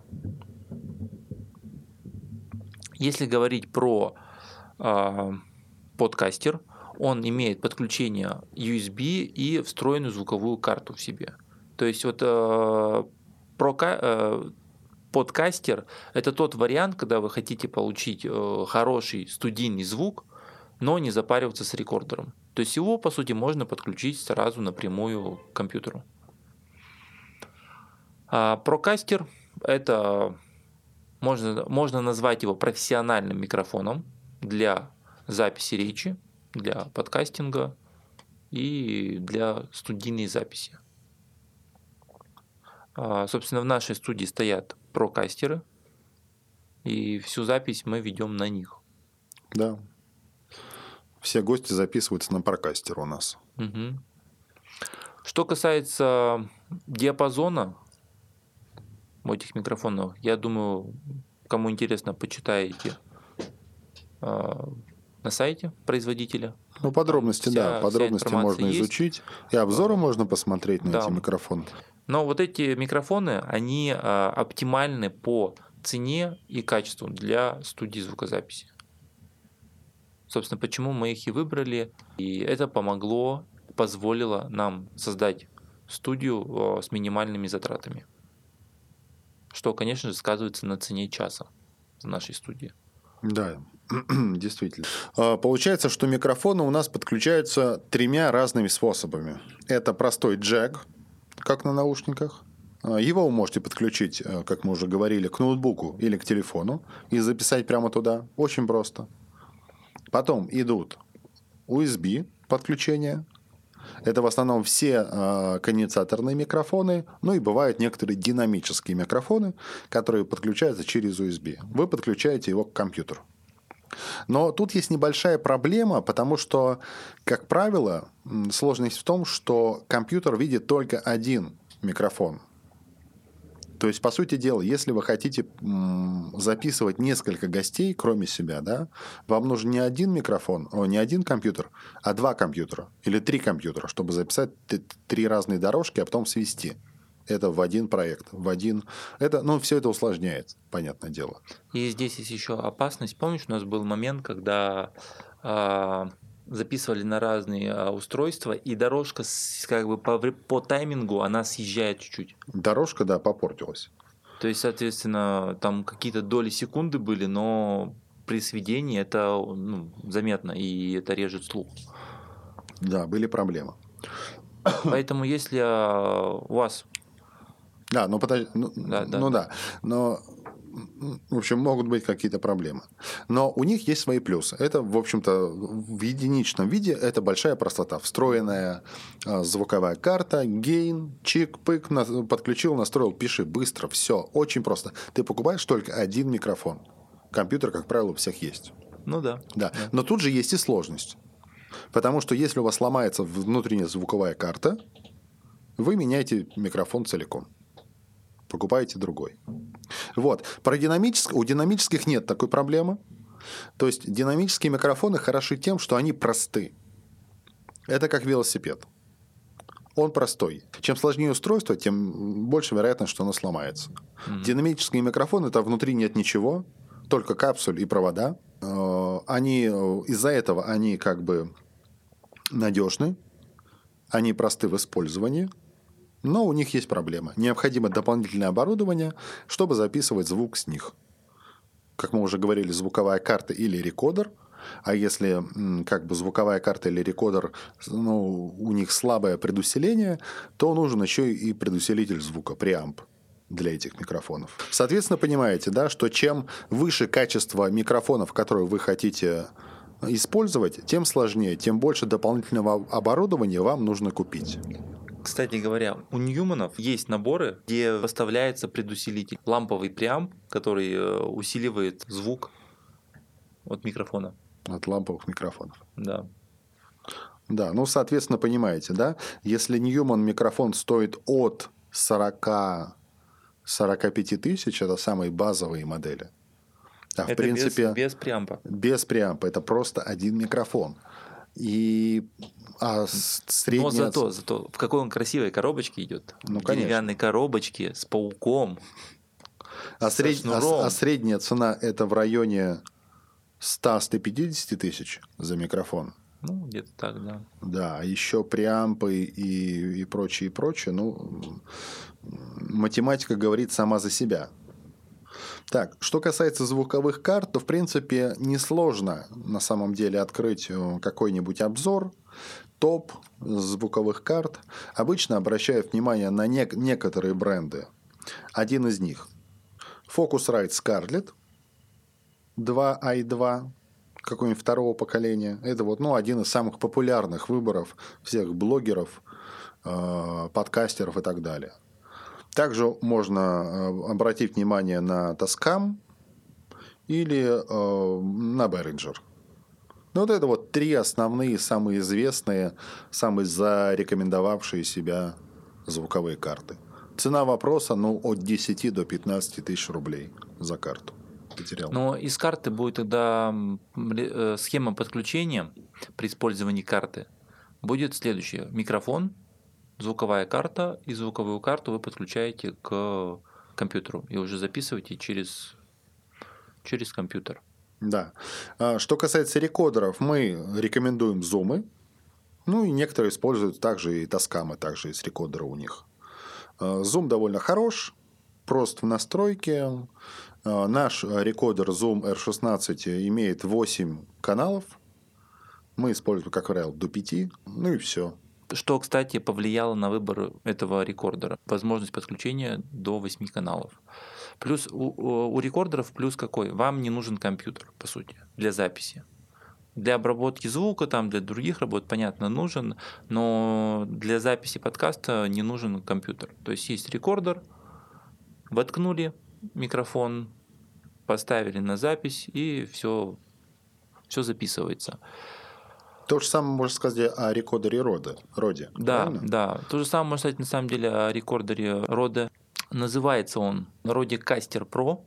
если говорить про э, подкастер, он имеет подключение ю эс би и встроенную звуковую карту в себе. То есть, вот э, прока, э, подкастер – это тот вариант, когда вы хотите получить э, хороший студийный звук, но не запариваться с рекордером. То есть, его, по сути, можно подключить сразу напрямую к компьютеру. А прокастер – это можно, можно назвать его профессиональным микрофоном для записи речи, для подкастинга и для студийной записи. А, собственно, в нашей студии стоят прокастеры, и всю запись мы ведем на них. Да. Все гости записываются на прокастер у нас. Угу. Что касается диапазона в этих микрофонах, я думаю, кому интересно, почитаете э, на сайте производителя. Ну, подробности, вся, да, подробности можно есть. Изучить. И обзоры можно посмотреть на да. эти микрофоны. Но вот эти микрофоны, они э, оптимальны по цене и качеству для студии звукозаписи. Собственно, почему мы их и выбрали. И это помогло позволило нам создать студию с минимальными затратами. Что, конечно же, сказывается на цене часа в нашей студии. Да, действительно. Получается, что микрофоны у нас подключаются тремя разными способами. Это простой джек, как на наушниках. Его вы можете подключить, как мы уже говорили, к ноутбуку или к телефону и записать прямо туда. Очень просто. Потом идут ю эс би подключения. Это в основном все э, конденсаторные микрофоны, ну и бывают некоторые динамические микрофоны, которые подключаются через ю эс би. Вы подключаете его к компьютеру. Но тут есть небольшая проблема, потому что, как правило, сложность в том, что компьютер видит только один микрофон. То есть, по сути дела, если вы хотите записывать несколько гостей, кроме себя, да, вам нужен не один микрофон, о, не один компьютер, а два компьютера или три компьютера, чтобы записать три разные дорожки, а потом свести это в один проект, в один... Это, ну, все это усложняет, понятное дело. И здесь есть еще опасность. Помнишь, у нас был момент, когда а, записывали на разные а, устройства, и дорожка с, как бы по, по таймингу она съезжает чуть-чуть. Дорожка, да, попортилась. То есть, соответственно, там какие-то доли секунды были, но при сведении это, ну, заметно, и это режет слух. Да, были проблемы. Поэтому если а, у вас... Да, ну, подожди, ну, да, да. ну да, но, в общем, могут быть какие-то проблемы. Но у них есть свои плюсы. Это, в общем-то, в единичном виде это большая простота. Встроенная а, звуковая карта, гейн, чик-пык, на, подключил, настроил, пиши, быстро, все, очень просто. Ты покупаешь только один микрофон. Компьютер, как правило, у всех есть. Ну да. Да. да. Но тут же есть и сложность. Потому что если у вас ломается внутренняя звуковая карта, вы меняете микрофон целиком. Покупаете другой. Вот. Про динамических, у динамических нет такой проблемы. То есть динамические микрофоны хороши тем, что они просты. Это как велосипед. Он простой. Чем сложнее устройство, тем больше вероятность, что оно сломается. Mm-hmm. Динамические микрофоны, это внутри нет ничего, только капсуль и провода. Они, из-за этого они как бы надежны, они просты в использовании. Но у них есть проблема. Необходимо дополнительное оборудование, чтобы записывать звук с них. Как мы уже говорили, звуковая карта или рекордер. А если как бы звуковая карта или рекордер, ну, у них слабое предусиление, то нужен еще и предусилитель звука, преамп для этих микрофонов. Соответственно, понимаете, да, что чем выше качество микрофонов, которые вы хотите использовать, тем сложнее, тем больше дополнительного оборудования вам нужно купить. Кстати говоря, у Ньюманов есть наборы, где поставляется предусилитель, ламповый преамп, который усиливает звук от микрофона. От ламповых микрофонов. Да. Да, ну, соответственно, понимаете, да? Если Ньюман микрофон стоит от сорока - сорока пяти тысяч, это самые базовые модели. Да, в это принципе, без, без преампа. Без преампа. Это просто один микрофон. И а средняя... Но зато, зато в какой он красивой коробочке идет. Ну, в деревянной коробочке с пауком. А, сред... а, а средняя цена это в районе сто - сто пятьдесят тысяч за микрофон. Ну, где-то так, да. Да, а еще преампы и, и прочее, и прочее. Ну, математика говорит сама за себя. Так, что касается звуковых карт, то, в принципе, несложно на самом деле открыть какой-нибудь обзор, топ звуковых карт. Обычно обращают внимание на не- некоторые бренды. Один из них – Focusrite Scarlett два ай два, какого-нибудь второго поколения. Это вот, ну, один из самых популярных выборов всех блогеров, э- подкастеров и так далее. Также можно обратить внимание на Tascam или э, на Behringer. Ну, вот это вот три основные, самые известные, самые зарекомендовавшие себя звуковые карты. Цена вопроса, ну, от десяти до пятнадцати тысяч рублей за карту. Потерял. Но из карты будет тогда схема подключения при использовании карты. Будет следующее. Микрофон, звуковая карта, и звуковую карту вы подключаете к компьютеру и уже записываете через, через компьютер. Да. Что касается рекордеров, мы рекомендуем зумы. Ну и некоторые используют также и таскамы, также из рекордера у них. Zoom довольно хорош, прост в настройке. Наш рекордер Zoom эр шестнадцать имеет восемь каналов. Мы используем, как правило, до пяти. Ну и все. Что, кстати, повлияло на выбор этого рекордера. Возможность подключения до восьми каналов. Плюс у, у рекордеров плюс какой? Вам не нужен компьютер, по сути, для записи. Для обработки звука, там, для других работ, понятно, нужен, но для записи подкаста не нужен компьютер. То есть есть рекордер, воткнули микрофон, поставили на запись, и все, все записывается. То же самое можно сказать о рекордере Rode. Rode, да, правильно? да. То же самое можно сказать на самом деле о рекордере Rode. Называется он Rodecaster Pro.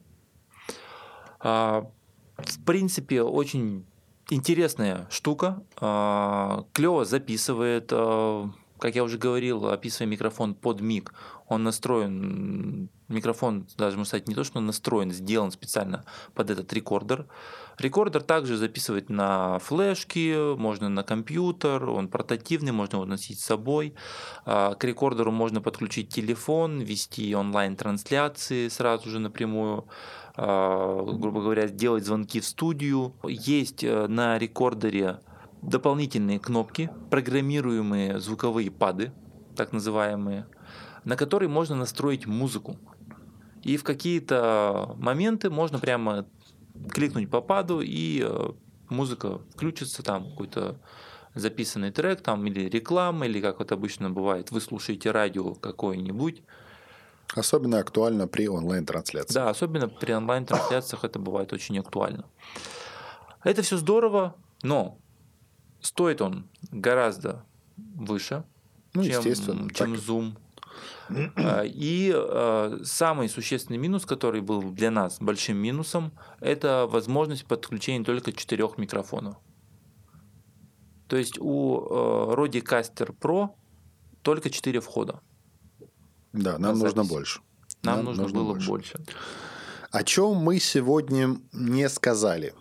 В принципе, очень интересная штука. Клево записывает. Как я уже говорил, описывая микрофон под миг, он настроен, микрофон, даже можно сказать, не то, что он настроен, сделан специально под этот рекордер. Рекордер также записывает на флешки, можно на компьютер, он портативный, можно его носить с собой. К рекордеру можно подключить телефон, вести онлайн-трансляции сразу же напрямую, грубо говоря, сделать звонки в студию. Есть на рекордере дополнительные кнопки, программируемые звуковые пады, так называемые, на которые можно настроить музыку. И в какие-то моменты можно прямо кликнуть по паду, и музыка включится, там какой-то записанный трек, там, или реклама, или как это обычно бывает, вы слушаете радио какое-нибудь. Особенно актуально при онлайн-трансляции. Да, особенно при онлайн-трансляциях это бывает очень актуально. Это все здорово, но стоит он гораздо выше, ну, чем, чем так. Zoom. И э, самый существенный минус, который был для нас большим минусом, это возможность подключения только четырех микрофонов. То есть у э, Rodecaster Pro только четыре входа. Да, нам нужно больше. Нам, нам нужно, нужно было больше. больше. О чем мы сегодня не сказали?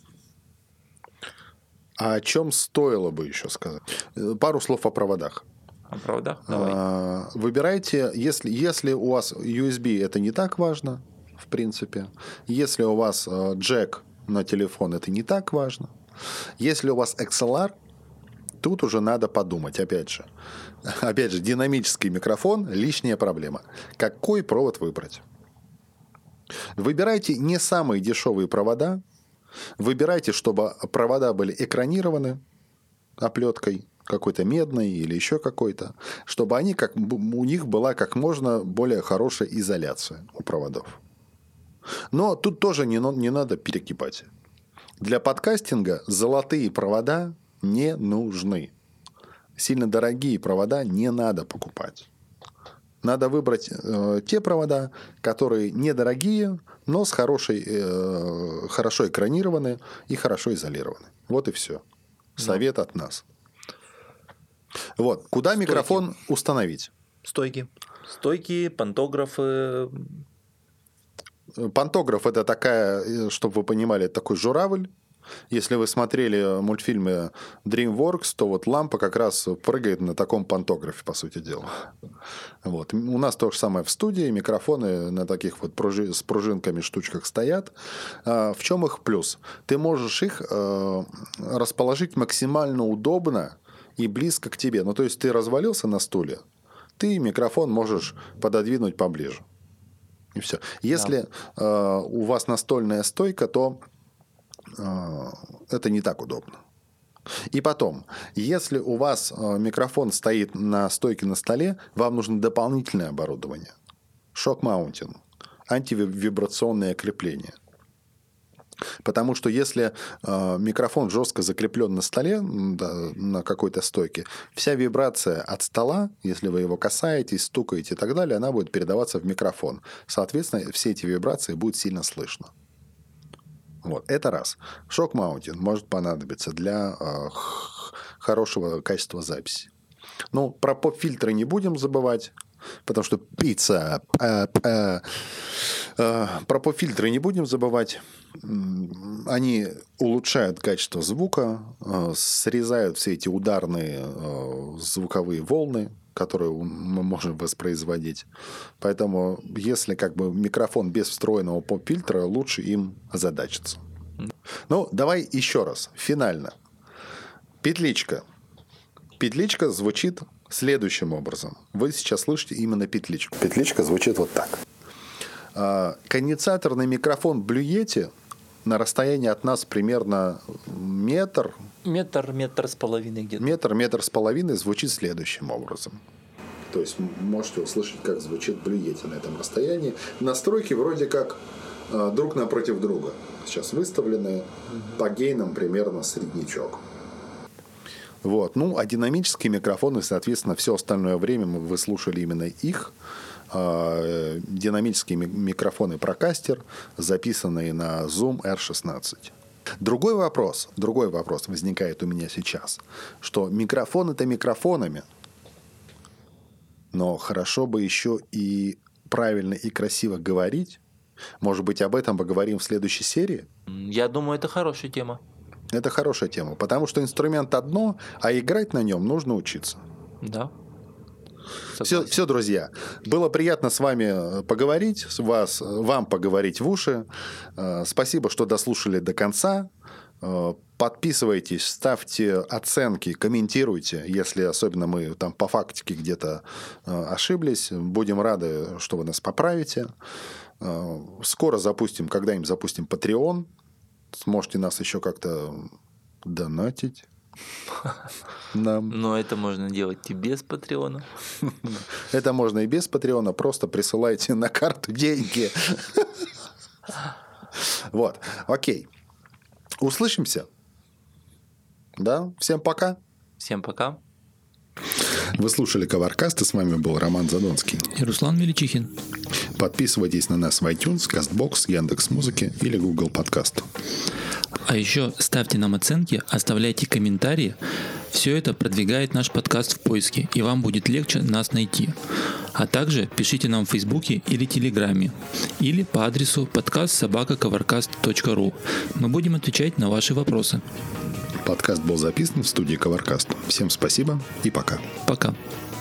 А о чем стоило бы еще сказать? Пару слов о проводах. О проводах? Давай. Выбирайте, если, если у вас ю эс би, это не так важно, в принципе. Если у вас джек на телефон, это не так важно. Если у вас икс эл ар, тут уже надо подумать, опять же. Опять же, динамический микрофон – лишняя проблема. Какой провод выбрать? Выбирайте не самые дешевые провода. Выбирайте, чтобы провода были экранированы оплеткой какой-то медной или еще какой-то, чтобы они как, у них была как можно более хорошая изоляция у проводов. Но тут тоже не, не надо перегибать. Для подкастинга золотые провода не нужны. Сильно дорогие провода не надо покупать. Надо выбрать э, те провода, которые недорогие, но с хорошей, э, хорошо экранированы и хорошо изолированы. Вот и все. Совет от нас. Вот. Куда Стойки. Микрофон установить? Стойки. Стойки, пантографы. Пантограф – это такая, чтобы вы понимали, такой журавль. Если вы смотрели мультфильмы DreamWorks, то вот лампа как раз прыгает на таком пантографе, по сути дела. Вот. У нас то же самое в студии. Микрофоны на таких вот пружи... с пружинками штучках стоят. В чем их плюс? Ты можешь их расположить максимально удобно и близко к тебе. Ну, то есть ты развалился на стуле, ты микрофон можешь пододвинуть поближе. И все. Если да. у вас настольная стойка, то это не так удобно. И потом, если у вас микрофон стоит на стойке на столе, вам нужно дополнительное оборудование. Шок-маунтинг, антивибрационное крепление. Потому что если микрофон жестко закреплен на столе, на какой-то стойке, вся вибрация от стола, если вы его касаетесь, стукаете и так далее, она будет передаваться в микрофон. Соответственно, все эти вибрации будут сильно слышно. Вот, это раз. Шок-маунтинг может понадобиться для э, хорошего качества записи. Ну, про поп-фильтры не будем забывать, потому что пицца... Э, э, Про поп-фильтры не будем забывать. Они улучшают качество звука, срезают все эти ударные звуковые волны, которые мы можем воспроизводить. Поэтому, если как бы микрофон без встроенного поп-фильтра, лучше им озадачиться. Ну, давай еще раз, финально. Петличка. Петличка звучит следующим образом. Вы сейчас слышите именно петличку. Петличка звучит вот так. Конденсаторный микрофон Blue Yeti на расстоянии от нас примерно метр. Метр, метр с половиной где-то. Метр, метр с половиной звучит следующим образом. То есть можете услышать, как звучит Blue Yeti на этом расстоянии. Настройки вроде как э, друг напротив друга. Сейчас выставлены mm-hmm. по гейнам примерно среднячок. Вот. Ну, а динамические микрофоны, соответственно, все остальное время вы слушали именно их. Э, динамические микрофоны Procaster, записанные на Zoom эр шестнадцать. Другой вопрос, другой вопрос возникает у меня сейчас, что микрофоны-то микрофонами, но хорошо бы еще и правильно и красиво говорить. Может быть, об этом поговорим в следующей серии? Я думаю, это хорошая тема. Это хорошая тема, потому что инструмент одно, а играть на нем нужно учиться. Да. Все, все, друзья, было приятно с вами поговорить, вас, вам поговорить в уши. Спасибо, что дослушали до конца. Подписывайтесь, ставьте оценки, комментируйте, если особенно мы там по фактике где-то ошиблись. Будем рады, что вы нас поправите. Скоро запустим, когда-нибудь запустим Patreon. Сможете нас еще как-то донатить. Нам. Но это можно делать и без Патреона. Это можно и без Патреона. Просто присылайте на карту деньги. Вот. Окей. Услышимся. Да? Всем пока. Всем пока. Вы слушали Covercast, и с вами был Роман Задонский и Руслан Меличихин. Подписывайтесь на нас в iTunes, CastBox, Яндекс.Музыке или Google Подкаст. А еще ставьте нам оценки, оставляйте комментарии. Все это продвигает наш подкаст в поиске, и вам будет легче нас найти. А также пишите нам в Фейсбуке или Телеграме, или по адресу подкаст собака covercast точка ру. Мы будем отвечать на ваши вопросы. Подкаст был записан в студии Covercast. Всем спасибо и пока. Пока.